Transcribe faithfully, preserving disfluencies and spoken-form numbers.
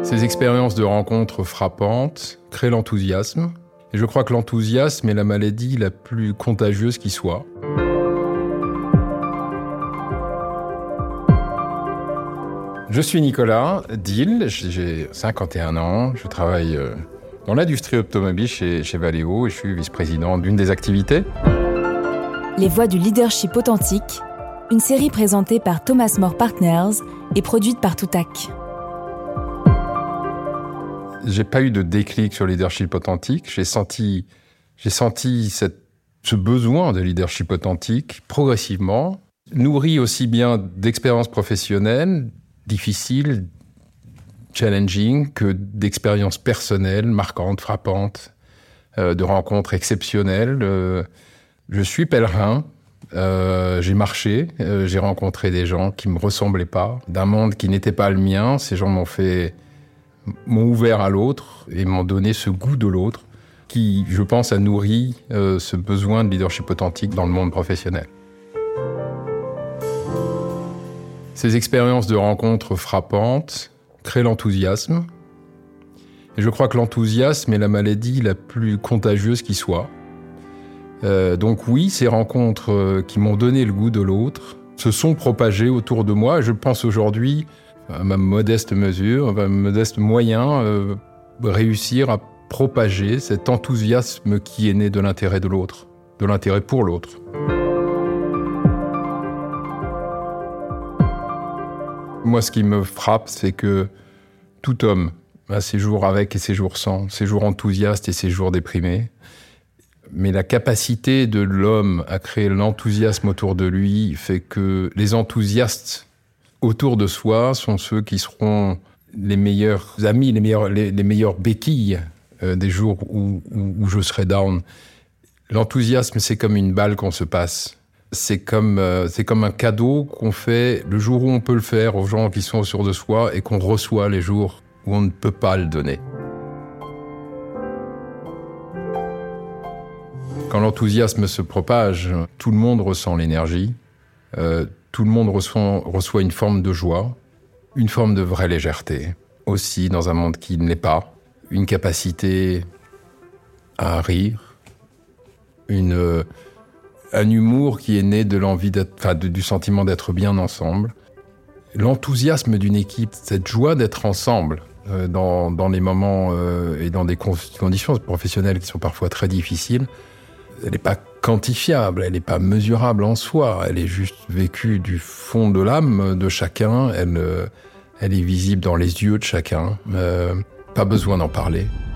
Ces expériences de rencontres frappantes créent l'enthousiasme. Et je crois que l'enthousiasme est la maladie la plus contagieuse qui soit. Je suis Nicolas Diehl, j'ai cinquante et un ans, je travaille dans l'industrie automobile chez, chez Valeo et je suis vice-président d'une des activités. Les voix du leadership authentique, une série présentée par Thomas More Partners et produite par Toutac. J'ai pas eu de déclic sur le leadership authentique. J'ai senti, j'ai senti cette, ce besoin de leadership authentique progressivement, nourri aussi bien d'expériences professionnelles difficiles, challenging, que d'expériences personnelles marquantes, frappantes, euh, de rencontres exceptionnelles. Euh, je suis pèlerin. Euh, j'ai marché, euh, j'ai rencontré des gens qui me ressemblaient pas, d'un monde qui n'était pas le mien. Ces gens m'ont fait m'ont ouvert à l'autre et m'ont donné ce goût de l'autre qui, je pense, a nourri euh, ce besoin de leadership authentique dans le monde professionnel. Ces expériences de rencontres frappantes créent l'enthousiasme. Et je crois que l'enthousiasme est la maladie la plus contagieuse qui soit. Euh, donc oui, ces rencontres euh, qui m'ont donné le goût de l'autre se sont propagées autour de moi. Je pense aujourd'hui, à ma modeste mesure, à ma modeste moyen, euh, réussir à propager cet enthousiasme qui est né de l'intérêt de l'autre, de l'intérêt pour l'autre. Moi, ce qui me frappe, c'est que tout homme a ses jours avec et ses jours sans, ses jours enthousiastes et ses jours déprimés. Mais la capacité de l'homme à créer l'enthousiasme autour de lui fait que les enthousiastes autour de soi sont ceux qui seront les meilleurs amis, les meilleurs, les, les meilleures béquilles euh, des jours où, où, où je serai down. L'enthousiasme, c'est comme une balle qu'on se passe. C'est comme, euh, c'est comme un cadeau qu'on fait le jour où on peut le faire aux gens qui sont autour de soi et qu'on reçoit les jours où on ne peut pas le donner. Quand l'enthousiasme se propage, tout le monde ressent l'énergie. Euh, Tout le monde reçoit, reçoit une forme de joie, une forme de vraie légèreté. Aussi, dans un monde qui ne l'est pas, une capacité à rire, une, un humour qui est né de l'envie d'être, enfin, de, du sentiment d'être bien ensemble. L'enthousiasme d'une équipe, cette joie d'être ensemble euh, dans, dans les moments euh, et dans des con- conditions professionnelles qui sont parfois très difficiles, elle n'est pas quantifiable, elle n'est pas mesurable en soi, elle est juste vécue du fond de l'âme de chacun, elle, elle est visible dans les yeux de chacun, euh, pas besoin d'en parler.